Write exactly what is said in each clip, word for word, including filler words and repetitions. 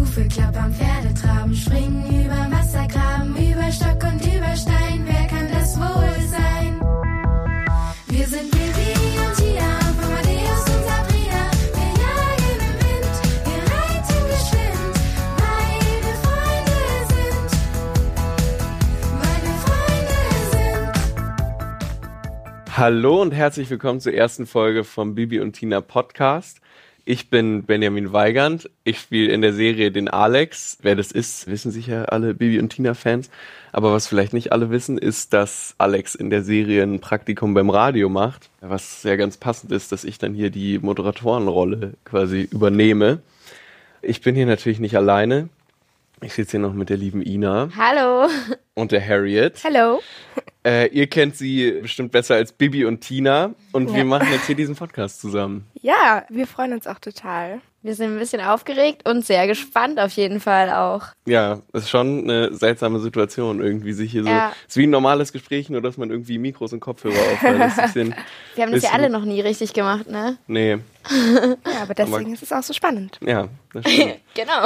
Hufe klappern, Pferde traben, springen über Wassergraben, über Stock und über Stein. Wer kann das wohl sein? Wir sind Bibi und Tina, von Amadeus und Sabrina. Wir jagen im Wind, wir reiten geschwind, weil wir Freunde sind. Weil wir Freunde sind. Hallo und herzlich willkommen zur ersten Folge vom Bibi und Tina Podcast. Ich bin Benjamin Weigand. Ich spiele in der Serie den Alex. Wer das ist, wissen sicher alle Bibi und Tina-Fans. Aber was vielleicht nicht alle wissen, ist, dass Alex in der Serie ein Praktikum beim Radio macht. Was sehr ganz passend ist, dass ich dann hier die Moderatorenrolle quasi übernehme. Ich bin hier natürlich nicht alleine. Ich sitze hier noch mit der lieben Ina. Hallo. Und der Harriet. Hallo. Äh, ihr kennt sie bestimmt besser als Bibi und Tina. Und Ja. wir machen jetzt hier diesen Podcast zusammen. Ja, wir freuen uns auch total. Wir sind ein bisschen aufgeregt und sehr gespannt auf jeden Fall auch. Ja, ist schon eine seltsame Situation, irgendwie sich hier so. Ja. Ist wie ein normales Gespräch, nur dass man irgendwie Mikros und Kopfhörer aufhört. Das ist ein bisschen, Wir haben das ja bisschen- alle noch nie richtig gemacht, ne? Nee, Ja, aber deswegen ist es auch so spannend. ja, das stimmt. Genau.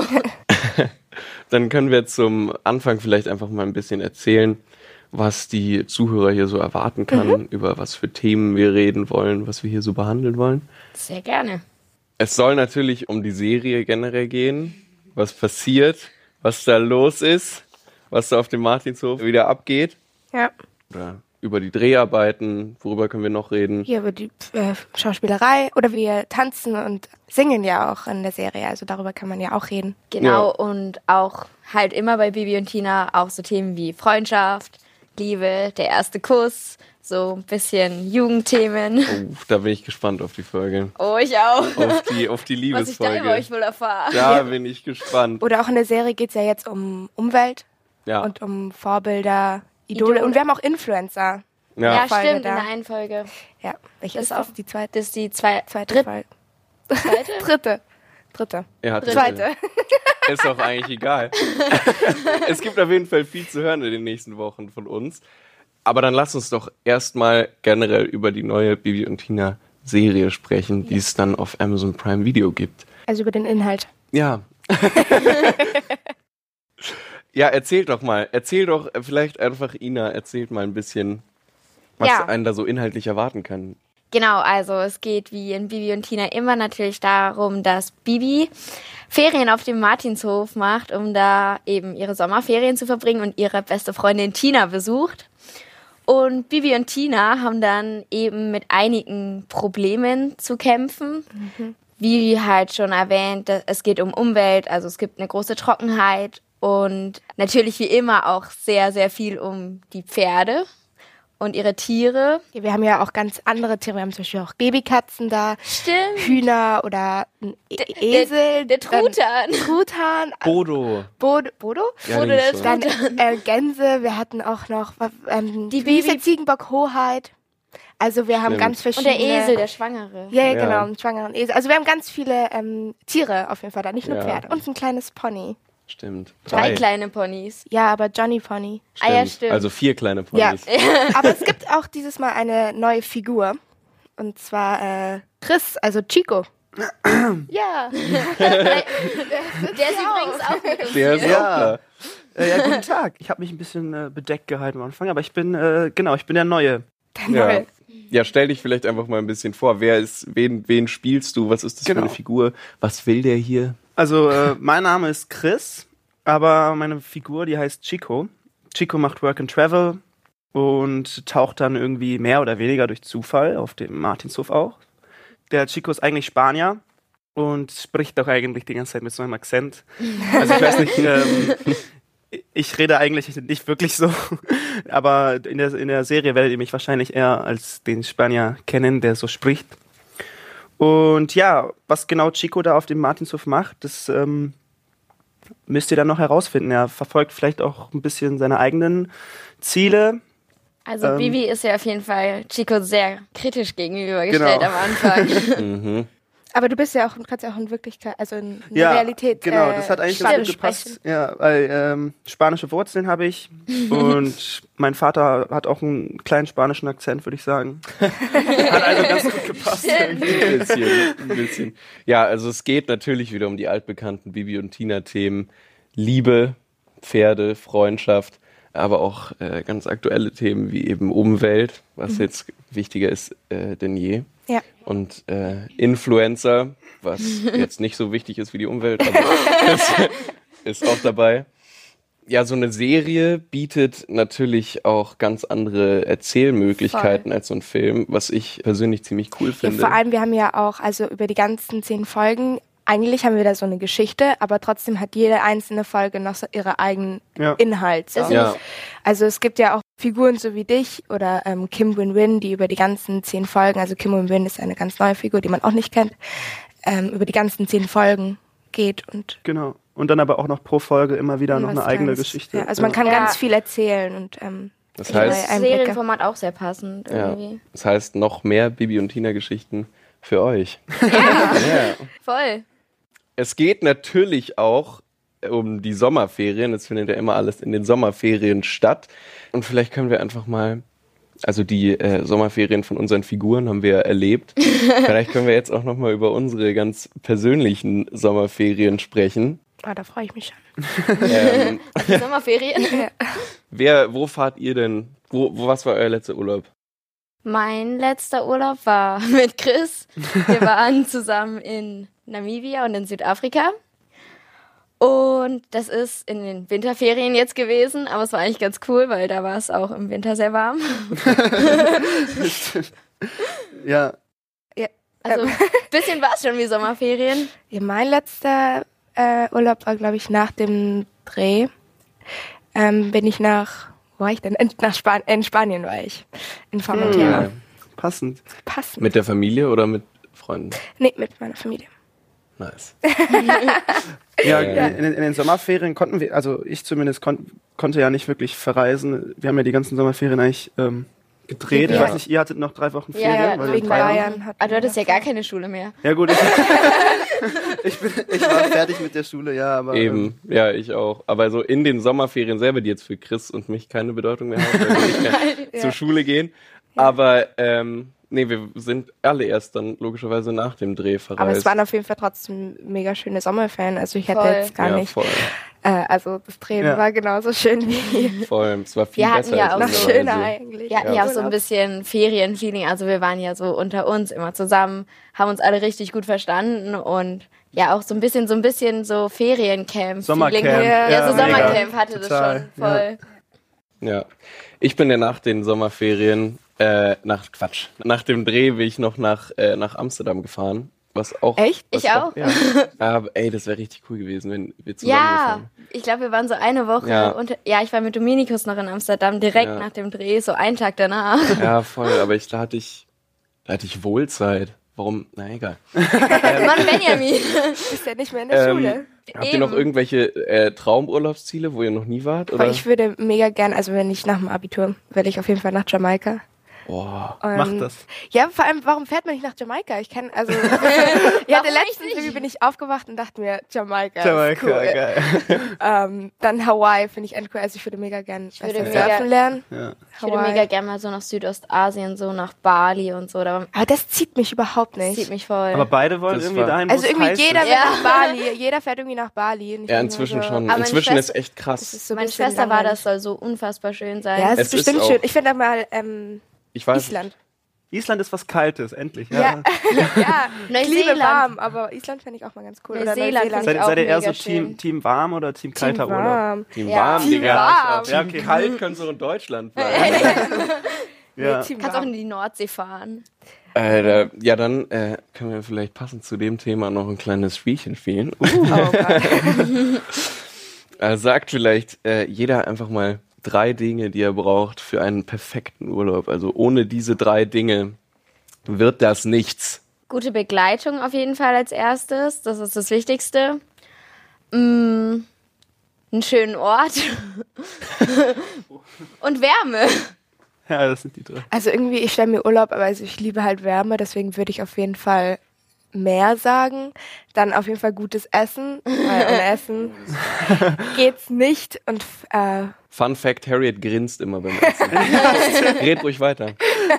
Dann können wir zum Anfang vielleicht einfach mal ein bisschen erzählen, was die Zuhörer hier so erwarten kann, Mhm. über was für Themen wir reden wollen, was wir hier so behandeln wollen. Sehr gerne. Es soll natürlich um die Serie generell gehen, was passiert, was da los ist, was da auf dem Martinshof wieder abgeht. Ja. Oder über die Dreharbeiten, worüber können wir noch reden? Hier über die äh, Schauspielerei oder wir tanzen und singen ja auch in der Serie, also darüber kann man ja auch reden. Genau, Ja. und auch halt immer bei Bibi und Tina auch so Themen wie Freundschaft, Liebe, der erste Kuss, so ein bisschen Jugendthemen. Oh, da bin ich gespannt auf die Folge. Oh, ich auch. Auf die, auf die Was ich da über Liebesfolge. euch wohl erfahre. Da bin ich gespannt. Oder auch in der Serie geht es ja jetzt um Umwelt Ja, und um Vorbilder, Idole. Idole. Und wir haben auch Influencer. ja. Ja, Folge stimmt, da. in der einen Folge. Ja, welche Das ist auch. das? Die zweite? Das ist die zwei, Zweite dritt, Folge. zweite? Dritte. Dritte. Ja, dritte. Zweite. Ist auch eigentlich egal. Es gibt auf jeden Fall viel zu hören in den nächsten Wochen von uns. Aber dann lass uns doch erstmal generell über die neue Bibi und Tina Serie sprechen, die es dann auf Amazon Prime Video gibt. Also über den Inhalt. Ja. Ja, erzähl doch mal. Erzähl doch vielleicht einfach, Ina, erzählt mal ein bisschen, was Ja. einen da so inhaltlich erwarten kann. Genau, also es geht wie in Bibi und Tina immer natürlich darum, dass Bibi Ferien auf dem Martinshof macht, um da eben ihre Sommerferien zu verbringen und ihre beste Freundin Tina besucht. Und Bibi und Tina haben dann eben mit einigen Problemen zu kämpfen. Wie halt schon erwähnt, es geht um Umwelt, also es gibt eine große Trockenheit und natürlich wie immer auch sehr, sehr viel um die Pferde und ihre Tiere. Ja, wir haben ja auch ganz andere Tiere. Wir haben zum Beispiel auch Babykatzen da, Stimmt. Hühner oder ein e Esel. Der, der Truthahn. Dann Truthahn. Bodo. Bodo? Bodo? Ja, Bodo den der gibt's Dann Truthahn. äh, Gänse, wir hatten auch noch ähm, Die die wie ist der Baby- Ziegenbock-Hoheit. Also wir haben Stimmt. ganz Und verschiedene... der Esel, der Schwangere. Ja, ja, Ja. genau, einen schwangeren Esel. Also wir haben ganz viele ähm, Tiere auf jeden Fall da, nicht nur Ja. Pferde. Und ein kleines Pony. Stimmt. Drei kleine Ponys. Ja, aber Johnny Pony. Ah ja, stimmt. Also vier kleine Ja. Ponys. Aber es gibt auch dieses Mal eine neue Figur. Und zwar äh, Chris, also Chico. Ja. der ist übrigens auch mit uns. Der ist hier. auch da. Äh, ja, guten Tag. Ich habe mich ein bisschen äh, bedeckt gehalten am Anfang, aber ich bin, äh, genau, ich bin der Neue. Der Ja. neue. Ja, stell dich vielleicht einfach mal ein bisschen vor. Wer ist, wen, wen spielst du? Was ist das für Genau. eine Figur? Was will der hier? Also, äh, mein Name ist Chris, aber meine Figur, die heißt Chico. Chico macht Work and Travel und taucht dann irgendwie mehr oder weniger durch Zufall auf dem Martinshof auch. Der Chico ist eigentlich Spanier und spricht auch eigentlich die ganze Zeit mit so einem Akzent. Also ich weiß nicht, ähm, ich rede eigentlich nicht wirklich so, aber in der, in der Serie werdet ihr mich wahrscheinlich eher als den Spanier kennen, der so spricht. Und ja, was genau Chico da auf dem Martinshof macht, das ähm, müsst ihr dann noch herausfinden. Er verfolgt vielleicht auch ein bisschen seine eigenen Ziele. Also Ähm. Bibi ist ja auf jeden Fall Chico sehr kritisch gegenübergestellt Genau. am Anfang. Mhm. Aber du bist ja auch, du kannst ja auch in Wirklichkeit, also in der Ja, Realität. genau, äh, das hat eigentlich Spanisch ganz gut gepasst. sprechen. Ja, weil ähm, spanische Wurzeln habe ich und mein Vater hat auch einen kleinen spanischen Akzent, würde ich sagen. Hat also ganz gut gepasst. Ein bisschen, ein bisschen. Ja, also es geht natürlich wieder um die altbekannten Bibi und Tina-Themen. Liebe, Pferde, Freundschaft, aber auch äh, ganz aktuelle Themen wie eben Umwelt, was mhm. jetzt wichtiger ist äh, denn je. Ja. Und äh, Influencer, was jetzt nicht so wichtig ist wie die Umwelt, aber das ist auch dabei. Ja, so eine Serie bietet natürlich auch ganz andere Erzählmöglichkeiten Voll. als so ein Film, was ich persönlich ziemlich cool finde. Ja, vor allem, wir haben ja auch, also über die ganzen zehn Folgen, eigentlich haben wir da so eine Geschichte, aber trotzdem hat jede einzelne Folge noch so ihre eigenen Ja. Inhalt. So. Ja. Also es gibt ja auch Figuren so wie dich oder ähm, Kim Win-Win, die über die ganzen zehn Folgen, also Kim Win-Win ist eine ganz neue Figur, die man auch nicht kennt, ähm, über die ganzen zehn Folgen geht. Und Genau. Und dann aber auch noch pro Folge immer wieder noch was eine eigene Kleines. Geschichte. Ja, also man kann Ja. ganz viel erzählen und ähm, Das Das heißt, Einblicke. Serienformat auch sehr passend ja, irgendwie. das heißt noch mehr Bibi und Tina-Geschichten für euch. Ja, Ja. voll. Es geht natürlich auch um die Sommerferien. Es findet ja immer alles in den Sommerferien statt. Und vielleicht können wir einfach mal, also die äh, Sommerferien von unseren Figuren haben wir ja erlebt. Vielleicht können wir jetzt auch nochmal über unsere ganz persönlichen Sommerferien sprechen. ah, da freue ich mich schon. Ähm, Die Sommerferien. wer, wo fahrt ihr denn? Wo, wo, was war euer letzter Urlaub? Mein letzter Urlaub war mit Chris. Wir waren zusammen in Namibia und in Südafrika. Und das ist in den Winterferien jetzt gewesen, aber es war eigentlich ganz cool, weil da war es auch im Winter sehr warm. Ja. Also ein bisschen war es schon wie Sommerferien. Ja, mein letzter äh, Urlaub war, glaube ich, nach dem Dreh. Ähm, bin ich nach, wo war ich denn? In, nach Span- in Spanien war ich. In Formentera. Ja. Passend. Passend. Mit der Familie oder mit Freunden? Nee, mit meiner Familie. Nice. Ja, Ja. in, in den Sommerferien konnten wir, also ich zumindest kon- konnte ja nicht wirklich verreisen. Wir haben ja die ganzen Sommerferien eigentlich ähm, gedreht. Ja. Ich weiß nicht, ihr hattet noch drei Wochen Ja, Ferien. ja, weil wir Wegen drei Wochen- Bayern. hatten Aber du wir hattest ja davon. gar keine Schule mehr. Ja gut, ich, ich, bin, ich war fertig mit der Schule, ja, aber... Ähm, Eben, ja, ich auch. Aber so in den Sommerferien selber, die jetzt für Chris und mich keine Bedeutung mehr haben, weil wir nicht mehr Ja. zur Schule gehen. Aber ähm, nee, wir sind alle erst dann logischerweise nach dem Dreh verreist. Aber es waren auf jeden Fall trotzdem mega schöne Sommerferien. Also ich hätte Voll. jetzt gar ja, nicht. voll, Äh, also das Drehen Ja. war genauso schön wie voll. Es war viel Wir hatten besser ja als auch noch so- schöner unsere Reise. eigentlich. Wir hatten ja, Ja. auch so ein bisschen Ferienfeeling. Also wir waren ja so unter uns immer zusammen, haben uns alle richtig gut verstanden und ja auch so ein bisschen, so ein bisschen so Feriencamp. Sommercamp. Ja, Ja, so mega. Sommercamp hatte Total, das schon voll. Ja. Ich bin ja nach den Sommerferien, äh, nach Quatsch, nach dem Dreh bin ich noch nach, äh, nach Amsterdam gefahren. Was auch. Echt? Was Ich auch. Ja. Aber ey, das wäre richtig cool gewesen, wenn wir zusammen Ja, gefahren. ich glaube, wir waren so eine Woche Ja. unter. Ja, ich war mit Dominikus noch in Amsterdam, direkt Ja. nach dem Dreh, so einen Tag danach. Ja, voll. Aber ich, da hatte ich, da hatte ich Wohlzeit. Warum? Na egal. Mann, Benjamin. Ist ja nicht mehr in der Ähm, Schule. Habt ihr noch Eben. irgendwelche äh, Traumurlaubsziele, wo ihr noch nie wart? Oder? Aber ich würde mega gern, also wenn ich nach dem Abitur, will ich auf jeden Fall nach Jamaika. Boah. Und Mach das. Ja, vor allem, warum fährt man nicht nach Jamaika? Ich kann, also, ja, Warum der letzten nicht? irgendwie bin ich aufgewacht und dachte mir, Jamaika, Jamaika, ist cool. geil. Ähm, dann Hawaii finde ich endcool. Also ich würde mega gern würde weißt du, mega- surfen lernen. Ja. Ich würde mega gerne mal so nach Südostasien, so nach Bali und so. Da Aber das zieht mich überhaupt nicht. zieht mich voll. Aber beide wollen Das irgendwie war- dahin, wo also es irgendwie heiß jeder ist. will Ja. nach Bali. Jeder fährt irgendwie nach Bali. Und ich Ja, bin inzwischen nur so, schon. Aber meine Inzwischen Schwester- ist echt Das krass. ist so ein Meine bisschen Schwester war, das langweilig. soll so unfassbar schön sein. Ja, es Es ist ist bestimmt auch- schön. Ich finde mal ähm, Ich weiß, Island. Island ist was Kaltes, endlich. Ja, Ja. ja. ich liebe Neuseeland. warm, aber Island finde ich auch mal ganz cool. Oder Neuseeland finde Seid, ich auch seid ihr eher mega so Team, schön. Team warm oder Team Team kalter Urlaub? warm. Team Ja. warm, Team Digga. warm. Ja, Ja, okay. okay. Kalt können so in Deutschland sein. Ja. Nee, Team Kannst auch warm. in die Nordsee fahren. Alter, ja, dann äh, können wir vielleicht passend zu dem Thema noch ein kleines Spielchen spielen. Oh Gott. Also sagt vielleicht äh, jeder einfach mal drei Dinge, die er braucht für einen perfekten Urlaub. Also ohne diese drei Dinge wird das nichts. Gute Begleitung auf jeden Fall als erstes. Das ist das Wichtigste. Mm, einen schönen Ort. Und Wärme. Ja, das sind die drei. Also irgendwie, ich stelle mir Urlaub, aber also ich liebe halt Wärme, deswegen würde ich auf jeden Fall mehr sagen. Dann auf jeden Fall gutes Essen, weil ohne Essen geht's nicht. Und äh, Fun Fact, Harriet grinst immer beim Essen. Red ruhig weiter.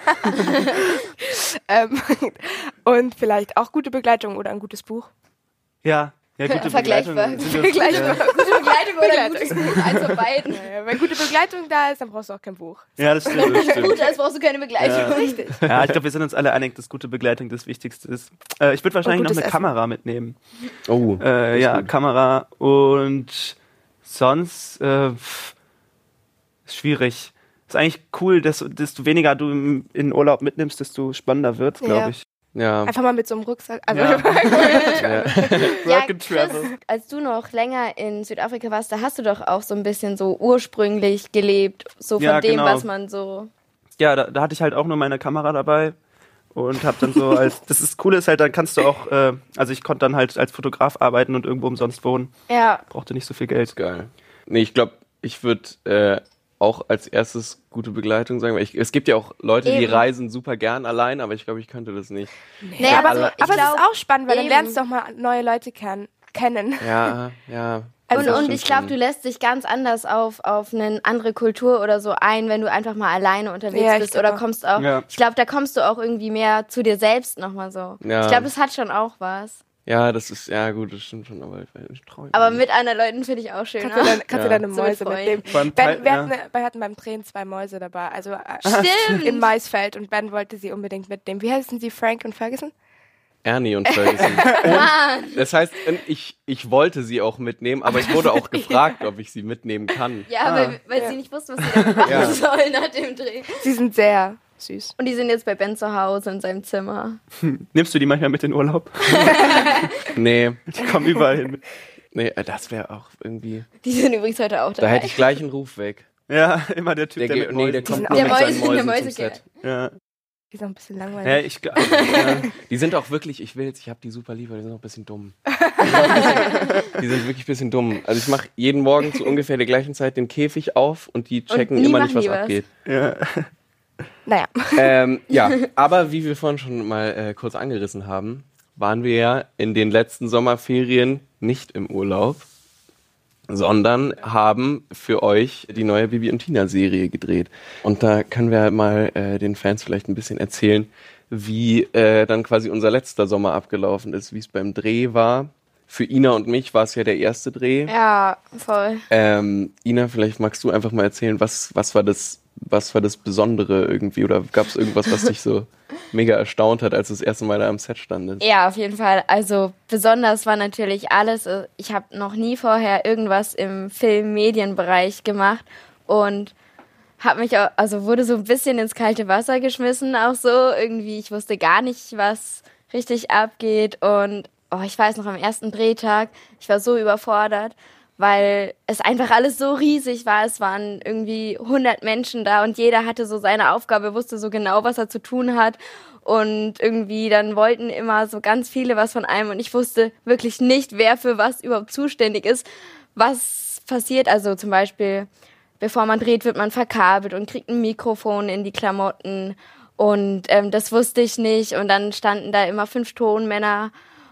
ähm, und vielleicht auch gute Begleitung oder ein gutes Buch. Ja, ja, gute Vergleichbar. Begleitung. Sind wir- Vergleichbar. Ja. Gute Begleitung oder ein Begleitung. gutes Buch, eins von beiden. Ja, ja, wenn gute Begleitung da ist, dann brauchst du auch kein Buch. Ja, das stimmt. Das stimmt. Gut, als brauchst du keine Begleitung. Ja. Richtig. Ja, ich glaube, wir sind uns alle einig, dass gute Begleitung das Wichtigste ist. Äh, ich würde wahrscheinlich noch gutes eine Essen. Kamera mitnehmen. Oh. Äh, ja, gut. Kamera und sonst äh, pff, ist schwierig. Ist eigentlich cool, dass desto weniger du im, in Urlaub mitnimmst, desto spannender wird's, glaube Ja. ich. Ja. Einfach mal mit so einem Rucksack. Also Ja. ja. Work and travel. Chris, als du noch länger in Südafrika warst, da hast du doch auch so ein bisschen so ursprünglich gelebt, so von Ja, dem, genau. was man so... Ja, da, da hatte ich halt auch nur meine Kamera dabei und hab dann so als, das ist Coole ist halt, dann kannst du auch, äh, also ich konnte dann halt als Fotograf arbeiten und irgendwo umsonst wohnen. Ja, Brauchte nicht so viel Geld. Geil. Nee, ich glaube, ich würde äh, auch als erstes gute Begleitung sagen, weil ich, es gibt ja auch Leute, die Eben. reisen super gern allein, aber ich glaube, ich könnte das nicht. nee, aber aber, aber ich es glaub, ist auch spannend, weil dann eben. lernst du auch mal neue Leute kenn- kennen. Ja, ja. Und, Das und stimmt ich glaube, schon. du lässt dich ganz anders auf, auf eine andere Kultur oder so ein, wenn du einfach mal alleine unterwegs Ja, ich bist. glaub Oder auch. kommst auch, Ja. ich glaube, da kommst du auch irgendwie mehr zu dir selbst nochmal so. Ja. Ich glaube, das hat schon auch was. Ja, das ist, ja gut, das stimmt schon, aber ich, ich traue Aber mit anderen Leuten finde ich auch schön. Kannst du, dann, kannst Ja. du deine So mit Mäuse Freunden. mitnehmen. Vor allem Ben, Teil- wir, ja. hatten, wir hatten beim Drehen zwei Mäuse dabei, also äh, Stimmt. im Maisfeld, und Ben wollte sie unbedingt mitnehmen. Wie heißen sie, Frank und Ferguson? Ernie und Ferguson. Mann. Das heißt, ich, ich wollte sie auch mitnehmen, aber ich wurde auch gefragt, ob ich sie mitnehmen kann. Ja, Ah. weil, weil Ja. sie nicht wussten, was sie damit machen Ja. sollen nach dem Dreh. Sie sind sehr süß. Und die sind jetzt bei Ben zu Hause in seinem Zimmer. Nimmst du die manchmal mit in Urlaub? Nee, Die kommen überall hin. nee, äh, das wäre auch irgendwie. Die sind übrigens heute auch Da dabei. hätte ich gleich einen Ruf weg. Ja, immer der Typ, Der, der, geht, mit nee, Mäusen- der kommt sind nur auch- mit Der seinen Mäuse- der Mäusen zum Mäusekerl. Set. Ja. Die sind auch ein bisschen langweilig. Ja, ich, ja. Die sind auch wirklich, ich will jetzt, ich habe die super lieb, aber die sind auch ein bisschen dumm. Die sind wirklich ein bisschen dumm. Also ich mache jeden Morgen zu ungefähr der gleichen Zeit den Käfig auf und die checken nie immer nicht, machen was die was. abgeht. ja. Naja, Ähm, ja, aber wie wir vorhin schon mal äh, kurz angerissen haben, waren wir ja in den letzten Sommerferien nicht im Urlaub, sondern haben für euch die neue Bibi und Tina Serie gedreht. Und da können wir mal äh, den Fans vielleicht ein bisschen erzählen, wie äh, dann quasi unser letzter Sommer abgelaufen ist, wie es beim Dreh war. Für Ina und mich war es ja der erste Dreh. Ja, voll. Ähm, Ina, vielleicht magst du einfach mal erzählen, was, was war das, was war das Besondere irgendwie, oder gab es irgendwas, was dich so mega erstaunt hat, als du das erste Mal da am Set standest? Ja, auf jeden Fall. Also besonders war natürlich alles, äh, ich habe noch nie vorher irgendwas im Film-Medienbereich gemacht und habe mich auch, also wurde so ein bisschen ins kalte Wasser geschmissen, auch so irgendwie. Ich wusste gar nicht, was richtig abgeht und oh, ich weiß noch, am ersten Drehtag, ich war so überfordert, weil es einfach alles so riesig war. Es waren irgendwie hundert Menschen da und jeder hatte so seine Aufgabe, wusste so genau, was er zu tun hat. Und irgendwie dann wollten immer so ganz viele was von einem und ich wusste wirklich nicht, wer für was überhaupt zuständig ist, was passiert. Also zum Beispiel, bevor man dreht, wird man verkabelt und kriegt ein Mikrofon in die Klamotten und ähm, das wusste ich nicht. Und dann standen da immer fünf Tonmänner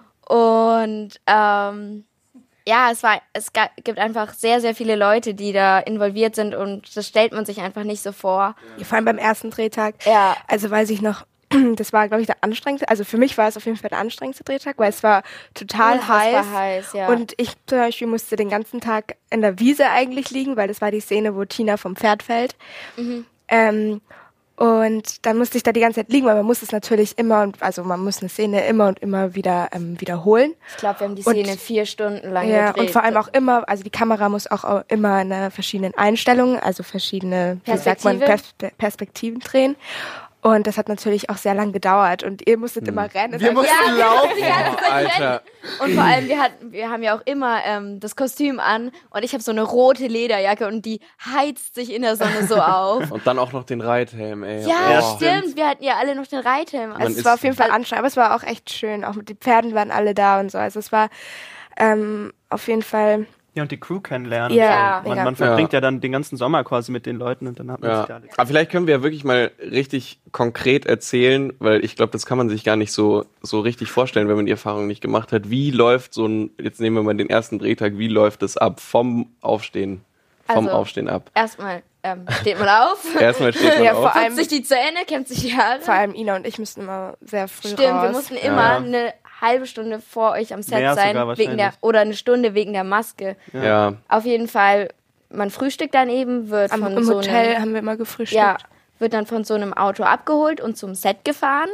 und ähm, ja, es war, es ga, gibt einfach sehr, sehr viele Leute, die da involviert sind und das stellt man sich einfach nicht so vor. vor allem beim ersten Drehtag. Ja. Also weiß ich noch, das war, glaube ich, der anstrengendste, also für mich war es auf jeden Fall der anstrengendste Drehtag, weil es war total Unfassbar heiß. heiß, ja. Und ich zum Beispiel musste den ganzen Tag in der Wiese eigentlich liegen, weil das war die Szene, wo Tina vom Pferd fällt. Mhm. Ähm, und dann musste ich da die ganze Zeit liegen, weil man muss es natürlich immer, und also man muss eine Szene immer und immer wieder ähm, wiederholen. Ich glaube, wir haben die Und- Szene vier Stunden lang Ja, gedreht. und vor allem auch immer, also die Kamera muss auch, auch immer in einer verschiedenen Einstellungen, also verschiedene, wie sagt man, Perspektive. Pers Perspektiven drehen. Und das hat natürlich auch sehr lang gedauert und ihr musstet immer rennen. Es Wir war- mussten laufen. die ganze Oh, Zeit Alter. Und vor allem, wir hatten, wir haben ja auch immer ähm, das Kostüm an und ich habe so eine rote Lederjacke und die heizt sich in der Sonne so auf. Und dann auch noch den Reithelm, ey. Ja, Ja, oh. stimmt. Wir hatten ja alle noch den Reithelm an. Man Also es ist- war auf jeden Fall anstrengend, aber es war auch echt schön. Auch mit den Pferden waren alle da und so. Also es war ähm, auf jeden Fall Ja, und die Crew kennenlernen. Ja, man, mega. man verbringt ja. ja dann den ganzen Sommer quasi mit den Leuten und dann hat man Ja. sich da alle. Aber vielleicht können wir ja wirklich mal richtig konkret erzählen, weil ich glaube, das kann man sich gar nicht so, so richtig vorstellen, wenn man die Erfahrung nicht gemacht hat. Wie läuft so ein, jetzt nehmen wir mal den ersten Drehtag, wie läuft es ab vom Aufstehen, vom Also, Aufstehen ab? Erstmal ähm, steht man auf, Erstmal steht man Ja, auf. vor putzt allem- sich die Zähne, kämmt sich die Haare. Vor allem Ina und ich müssten immer sehr früh Stimmt, raus. wir mussten immer Ja. eine halbe Stunde vor euch am Set Mehr sein, sogar wegen der wahrscheinlich. oder eine Stunde wegen der Maske. Ja. Auf jeden Fall, man frühstückt dann eben, wird Am, von Im so Hotel einem, haben wir immer gefrühstückt. ja, wird dann von so einem Auto abgeholt und zum Set gefahren.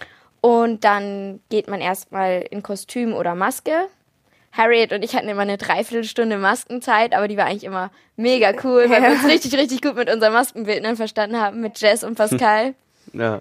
Und dann geht man erstmal in Kostüm oder Maske. Harriet und ich hatten immer eine Dreiviertelstunde Maskenzeit, aber die war eigentlich immer mega cool, weil wir uns richtig, richtig gut mit unseren Maskenbildnern verstanden haben, mit Jess und Pascal. Ja.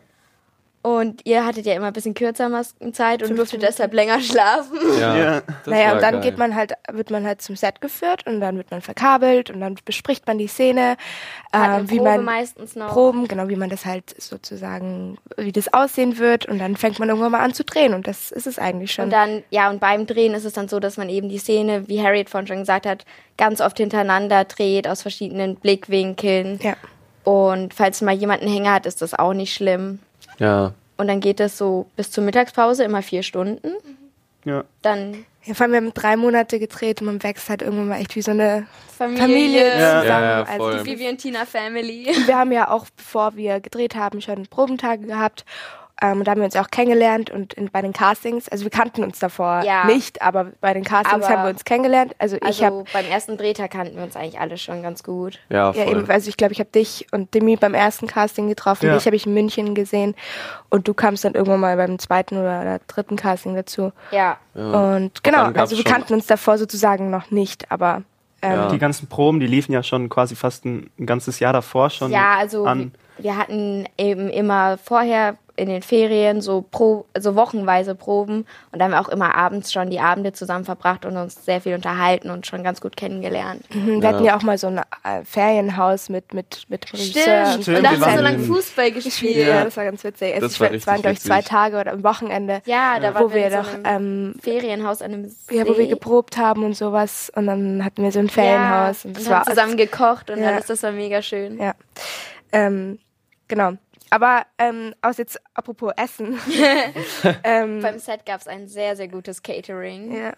Und ihr hattet ja immer ein bisschen kürzer Maskenzeit und fünfzehn durftet deshalb länger schlafen. Ja. Ja. Das Naja, war und dann geil. geht man halt, wird man halt zum Set geführt und dann wird man verkabelt und dann bespricht man die Szene, Hat eine ähm, wie Probe man meistens noch. Proben, genau, wie man das halt sozusagen, wie das aussehen wird und dann fängt man irgendwann mal an zu drehen und das ist es eigentlich schon. Und dann, ja, und beim Drehen ist es dann so, dass man eben die Szene, wie Harriet vorhin schon gesagt hat, ganz oft hintereinander dreht, aus verschiedenen Blickwinkeln. ja. Und falls mal jemand einen Hänger hat, ist das auch nicht schlimm. Ja. Und dann geht es so bis zur Mittagspause, immer vier Stunden. Ja. Dann Ja, vor allem, wir haben drei Monate gedreht und man wächst halt irgendwann mal echt wie so eine Familie, Familie Ja. zusammen. Ja, ja, Also voll. die Vivi und Tina Family. wir haben ja auch, bevor wir gedreht haben, schon Probentage gehabt. Ähm, und da haben wir uns auch kennengelernt und in, bei den Castings, also wir kannten uns davor Ja. nicht, aber bei den Castings Aber- haben wir uns kennengelernt. Also, ich Also habe, beim ersten Drehtag kannten wir uns eigentlich alle schon ganz gut. Ja, ja voll. eben, also ich glaube, ich habe dich und Demi beim ersten Casting getroffen, Ja. dich habe ich in München gesehen und du kamst dann irgendwann mal beim zweiten oder, oder dritten Casting dazu. Ja. Ja. Und genau, dann gab's also wir schon- kannten uns davor sozusagen noch nicht, aber ähm, Ja. Die ganzen Proben, die liefen ja schon quasi fast ein, ein ganzes Jahr davor schon Ja, also an. wir hatten eben immer vorher in den Ferien so pro, so wochenweise Proben und dann haben wir auch immer abends schon die Abende zusammen verbracht und uns sehr viel unterhalten und schon ganz gut kennengelernt. mhm, wir hatten ja auch mal so ein äh, Ferienhaus mit, mit, mit dem Regisseur. Stimmt. Stimmt, Und da wir hast du so waren lange in- Fußball gespielt. gespielt. Ja, das war ganz witzig. Also Das ich, war war richtig waren, glaube ich, zwei witzig. Tage oder am Wochenende, Ja, da wo waren wir in so doch einem ähm, Ferienhaus an einem See. ja, wo wir geprobt haben und sowas. Und dann hatten wir so ein Ferienhaus. Ja, und und das haben war zusammen gekocht und Ja. alles, das war mega schön. Ja. Ähm, genau. Aber ähm, aus jetzt apropos Essen. ähm, Beim Set gab es ein sehr, sehr gutes Catering. ja.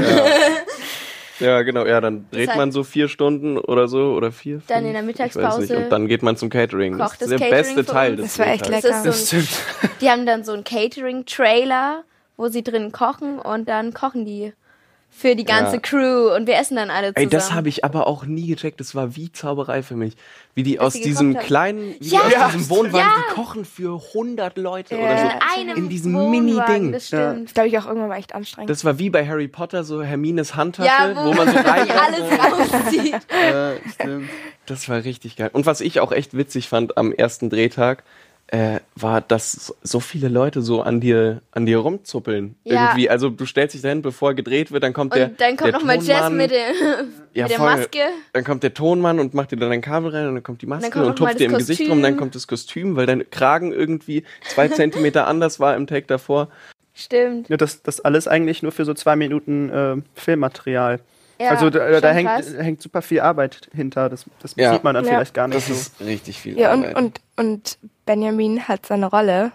Ja, genau. Ja, dann dreht hat- man so vier Stunden oder so oder vier. Dann fünf, in der ich weiß nicht. Mittagspause Und dann geht man zum Catering. Das kocht ist das der Catering beste für Teil uns. des Das war echt Drehtags. lecker. Das ist so ein, die haben dann so einen Catering-Trailer, wo sie drin kochen und dann kochen die für die ganze Ja. Crew und wir essen dann alle zusammen. Ey, das habe ich aber auch nie gecheckt. Das war wie Zauberei für mich. Wie die Was aus sie diesem gekocht haben. kleinen, wie Ja, die aus diesem Wohnwagen, ja. die kochen für hundert Leute Ja. oder so. in einem in diesem Wohnwagen, Mini-Ding. Das Ja. stimmt. glaube ich auch irgendwann mal echt anstrengend. Das war wie bei Harry Potter, so Hermines Handtasche, Ja, wo, man so rein die alles rauszieht. Ja, stimmt. Das war richtig geil. Und was ich auch echt witzig fand am ersten Drehtag, äh, war, dass so viele Leute so an dir, an dir rumzuppeln. Ja. Irgendwie, also du stellst dich dahin, bevor gedreht wird, dann kommt der Und dann kommt der noch mal Jess Tonmann, mit, der, ja, mit der voll. Maske. Dann kommt der Tonmann und macht dir dann dein Kabel rein und dann kommt die Maske kommt und noch mal tupft dir im das Gesicht rum, Kostüm. dann kommt das Kostüm, weil dein Kragen irgendwie zwei Zentimeter anders war im Take davor. Stimmt. Ja, das, das alles eigentlich nur für so zwei Minuten äh, Filmmaterial. Ja, also da, da schon hängt, krass. hängt super viel Arbeit hinter. Das, das Ja. sieht man dann Ja. vielleicht gar nicht Das so. ist richtig viel ja, und, Arbeit. und, und Benjamin hat seine Rolle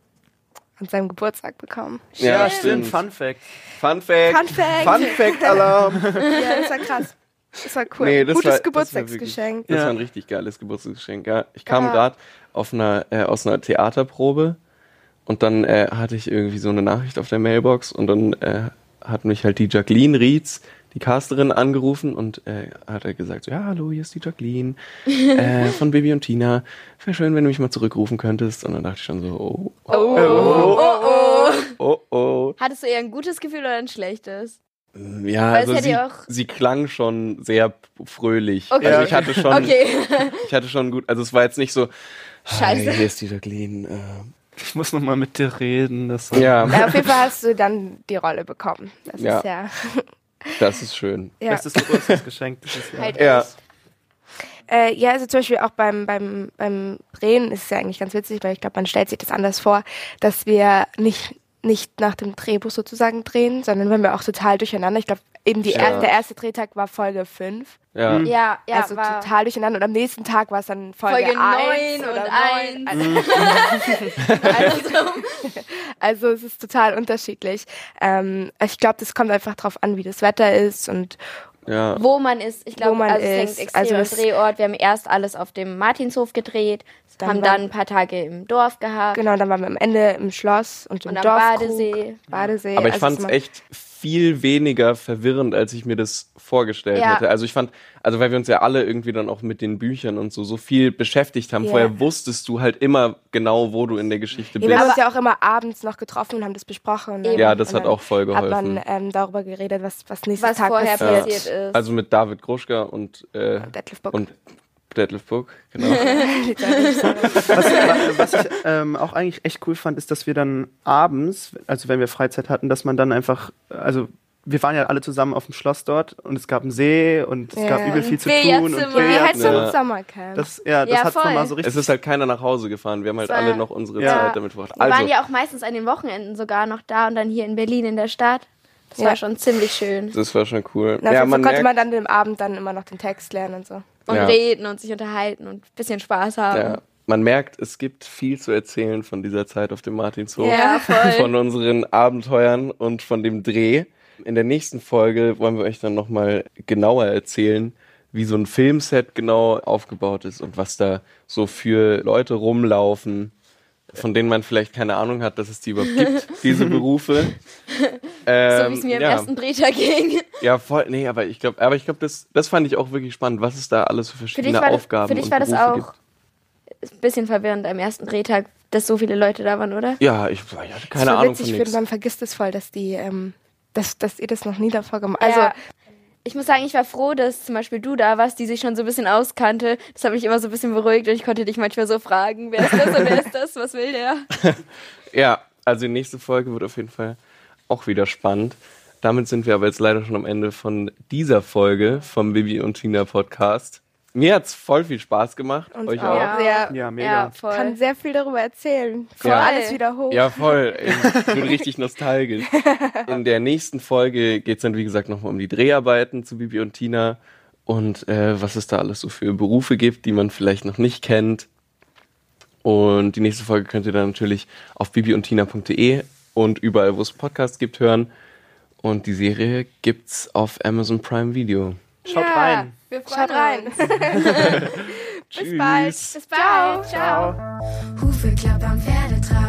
an seinem Geburtstag bekommen. ja, stimmt. Fun Fact. Fun Fact. Fun Fact. Fun Fact Alarm. Ja, das war krass. Das war cool. Nee, das Gutes war, Geburtstagsgeschenk. Das, war, wirklich- das Ja. war ein richtig geiles Geburtstagsgeschenk. Ja, ich kam Ja. gerade auf einer äh, aus einer Theaterprobe und dann äh, hatte ich irgendwie so eine Nachricht auf der Mailbox und dann äh, hat mich halt die Jacqueline Rietz, die Casterin, angerufen und äh, hat er gesagt so, ja, hallo, hier ist die Jacqueline äh, von Bibi und Tina. Wäre schön, wenn du mich mal zurückrufen könntest. Und dann dachte ich schon so, oh, Oh, oh, oh. oh, oh. Hattest du eher ein gutes Gefühl oder ein schlechtes? Ja, Weil es also hätte sie, ja auch- sie klang schon sehr fröhlich. Okay. Also ich hatte schon, Okay. ich hatte schon gut, also es war jetzt nicht so, Scheiße. hi, hier ist die Jacqueline. Äh, Ich muss noch mal mit dir reden. Das ja, Ja, auf jeden Fall hast du dann die Rolle bekommen. Das Ja. ist ja. das ist schön. ja. bestes Geburtstagsgeschenk dieses Jahr. Halt Ja. echt. Äh, ja, also zum Beispiel auch beim, beim, beim Drehen ist es ja eigentlich ganz witzig, weil ich glaube, man stellt sich das anders vor, dass wir nicht nicht nach dem Drehbuch sozusagen drehen, sondern wenn wir auch total durcheinander. Ich glaube, eben die Ja. er- der erste Drehtag war Folge fünf. Ja. Mhm. Ja, ja, also war total durcheinander. Und am nächsten Tag war es dann Folge, Folge eins neun oder und neun. eins. Also, also, also es ist total unterschiedlich. Ähm, ich glaube, das kommt einfach drauf an, wie das Wetter ist und Ja. wo man ist. Ich Wo glaube, man also es ist. hängt extrem Also am es- Drehort. Wir haben erst alles auf dem Martinshof gedreht, Dann haben war- dann ein paar Tage im Dorf gehabt genau, dann waren wir am Ende im Schloss und im und am Dorfkrug. Badesee. Badesee. Aber ich Also fand es es ist echt viel weniger verwirrend, als ich mir das vorgestellt Ja. hätte. Also ich fand, also weil wir uns ja alle irgendwie dann auch mit den Büchern und so so viel beschäftigt haben, Ja. vorher wusstest du halt immer genau, wo du in der Geschichte Ja, wir haben bist. uns ja auch immer abends noch getroffen und haben das besprochen. Und dann- Ja, das und hat dann auch voll Hat geholfen. man ähm, darüber geredet, was, was nächsten Was Tag vorher passiert. passiert ist. Also mit David Gruschka und, äh, Detlef Book. und Detlef Book, genau. Was, was ich ähm, auch eigentlich echt cool fand, ist, dass wir dann abends, also wenn wir Freizeit hatten, dass man dann einfach, also wir waren ja alle zusammen auf dem Schloss dort und es gab einen See und es Ja. gab übel viel zu Billardzimmer. tun. Und Wir Wie Billard- hättest du Ja. ein Sommercamp? das, ja, das Ja, hat voll. nochmal so richtig. Es ist halt keiner nach Hause gefahren. Wir haben halt war- alle noch unsere Ja. Zeit damit verbracht. Wir Also, waren ja auch meistens an den Wochenenden sogar noch da und dann hier in Berlin in der Stadt. Das Ja. war schon ziemlich schön. das war schon cool. Na, auf ja, jeden Fall man konnte man merkt, dann am Abend dann immer noch den Text lernen und so. Und Ja. reden und sich unterhalten und ein bisschen Spaß haben. ja, man merkt, es gibt viel zu erzählen von dieser Zeit auf dem Martinshof. Ja, voll. Von unseren Abenteuern und von dem Dreh. In der nächsten Folge wollen wir euch dann nochmal genauer erzählen, wie so ein Filmset genau aufgebaut ist und was da so für Leute rumlaufen, von denen man vielleicht keine Ahnung hat, dass es die überhaupt gibt, diese Berufe. Ähm, So wie es mir im ja. ersten Drehtag ging. Ja, voll, nee, aber ich glaube, aber ich glaube, das, das fand ich auch wirklich spannend, was es da alles für Für dich verschiedene war, Aufgaben für dich und war das Berufe auch ein bisschen verwirrend am ersten Drehtag, dass so viele Leute da waren, oder? gibt. Ja, ich, ich hatte keine das war Ahnung witzig, von ich nichts. finde, man vergisst es voll, dass die, ähm, dass, dass ihr das noch nie davor gemacht habt. Also, ja. Ich muss sagen, ich war froh, dass zum Beispiel du da warst, die sich schon so ein bisschen auskannte. Das hat mich immer so ein bisschen beruhigt und ich konnte dich manchmal so fragen, wer ist das und wer ist das, was will der? Ja, also die nächste Folge wird auf jeden Fall auch wieder spannend. Damit sind wir aber jetzt leider schon am Ende von dieser Folge vom Bibi und Tina Podcast. Mir hat's voll viel Spaß gemacht. Uns Euch auch. auch? Ja. Ja, Ja, mega. Ja, voll. kann sehr viel darüber erzählen. Kommt Ja. alles wieder hoch. Ja, voll. Ich bin richtig nostalgisch. In der nächsten Folge geht's dann, wie gesagt, nochmal um die Dreharbeiten zu Bibi und Tina und äh, was es da alles so für Berufe gibt, die man vielleicht noch nicht kennt. Und die nächste Folge könnt ihr dann natürlich auf bibi und tina punkt de und überall, wo es Podcasts gibt, hören. Und die Serie gibt's auf Amazon Prime Video. Schaut Ja, rein. Wir freuen Schaut rein. uns. Bis bald. Bis bald. Ciao. Ciao. Hufe klappern, Pferde traben.